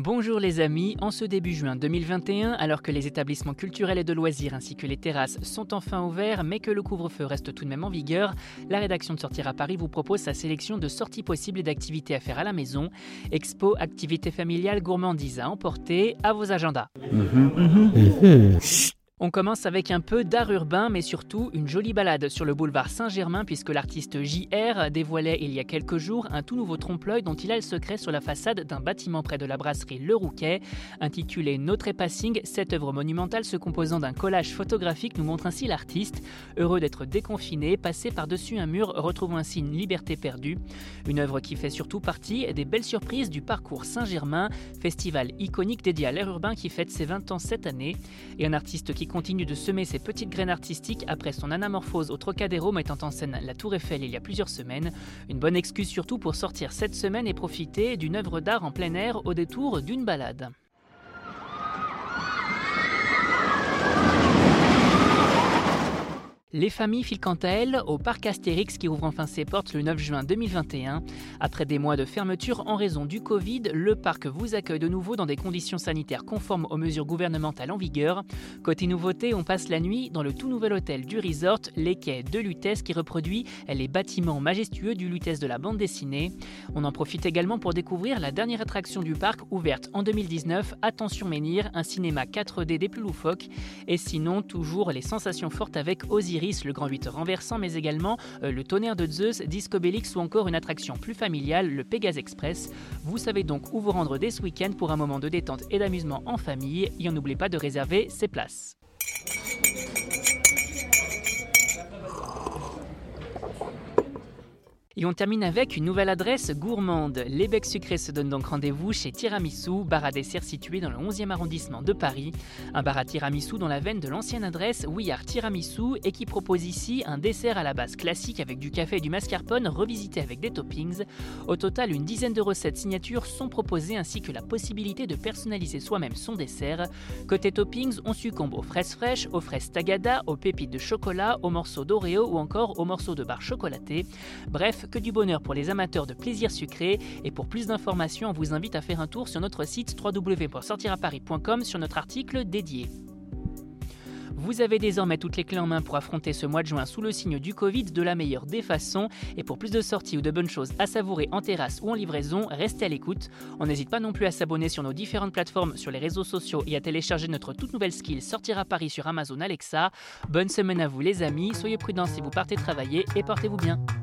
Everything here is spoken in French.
Bonjour les amis, en ce début juin 2021, alors que les établissements culturels et de loisirs ainsi que les terrasses sont enfin ouverts mais que le couvre-feu reste tout de même en vigueur, la rédaction de Sortir à Paris vous propose sa sélection de sorties possibles et d'activités à faire à la maison. Expo, activités familiales, gourmandises à emporter, à vos agendas. On commence avec un peu d'art urbain, mais surtout une jolie balade sur le boulevard Saint-Germain puisque l'artiste JR dévoilait il y a quelques jours un tout nouveau trompe-l'œil dont il a le secret sur la façade d'un bâtiment près de la brasserie Le Rouquet. Intitulé No Trespassing, cette œuvre monumentale se composant d'un collage photographique nous montre ainsi l'artiste, heureux d'être déconfiné, passé par-dessus un mur, retrouvant ainsi une liberté perdue. Une œuvre qui fait surtout partie des belles surprises du parcours Saint-Germain, festival iconique dédié à l'art urbain qui fête ses 20 ans cette année, et un artiste qui continue de semer ses petites graines artistiques après son anamorphose au Trocadéro mettant en scène la Tour Eiffel il y a plusieurs semaines. Une bonne excuse surtout pour sortir cette semaine et profiter d'une œuvre d'art en plein air au détour d'une balade. Les familles filent quant à elles au parc Astérix qui ouvre enfin ses portes le 9 juin 2021. Après des mois de fermeture en raison du Covid, le parc vous accueille de nouveau dans des conditions sanitaires conformes aux mesures gouvernementales en vigueur. Côté nouveauté, on passe la nuit dans le tout nouvel hôtel du resort, les quais de Lutèce qui reproduit les bâtiments majestueux du Lutèce de la bande dessinée. On en profite également pour découvrir la dernière attraction du parc ouverte en 2019, Attention Menhir, un cinéma 4D des plus loufoques. Et sinon, toujours les sensations fortes avec Osiris, le grand 8 renversant, mais également le tonnerre de Zeus, Discobélix ou encore une attraction plus familiale, le Pégase Express. Vous savez donc où vous rendre dès ce week-end pour un moment de détente et d'amusement en famille. Et n'oubliez pas de réserver ses places. Et on termine avec une nouvelle adresse gourmande. Les Becs Sucrés se donnent donc rendez-vous chez Tiramisu, bar à dessert situé dans le 11e arrondissement de Paris. Un bar à tiramisu dans la veine de l'ancienne adresse We Are Tiramisu et qui propose ici un dessert à la base classique avec du café et du mascarpone revisité avec des toppings. Au total, une dizaine de recettes signatures sont proposées ainsi que la possibilité de personnaliser soi-même son dessert. Côté toppings, on succombe aux fraises fraîches, aux fraises tagada, aux pépites de chocolat, aux morceaux d'Oreo ou encore aux morceaux de barre chocolatée. Bref, que du bonheur pour les amateurs de plaisir sucré. Et pour plus d'informations, on vous invite à faire un tour sur notre site www.sortiraparis.com sur notre article dédié. Vous avez désormais toutes les clés en main pour affronter ce mois de juin sous le signe du Covid de la meilleure des façons. Et pour plus de sorties ou de bonnes choses à savourer en terrasse ou en livraison, restez à l'écoute. On n'hésite pas non plus à s'abonner sur nos différentes plateformes sur les réseaux sociaux et à télécharger notre toute nouvelle skill Sortir à Paris sur Amazon Alexa. Bonne semaine à vous les amis, soyez prudents si vous partez travailler et portez-vous bien.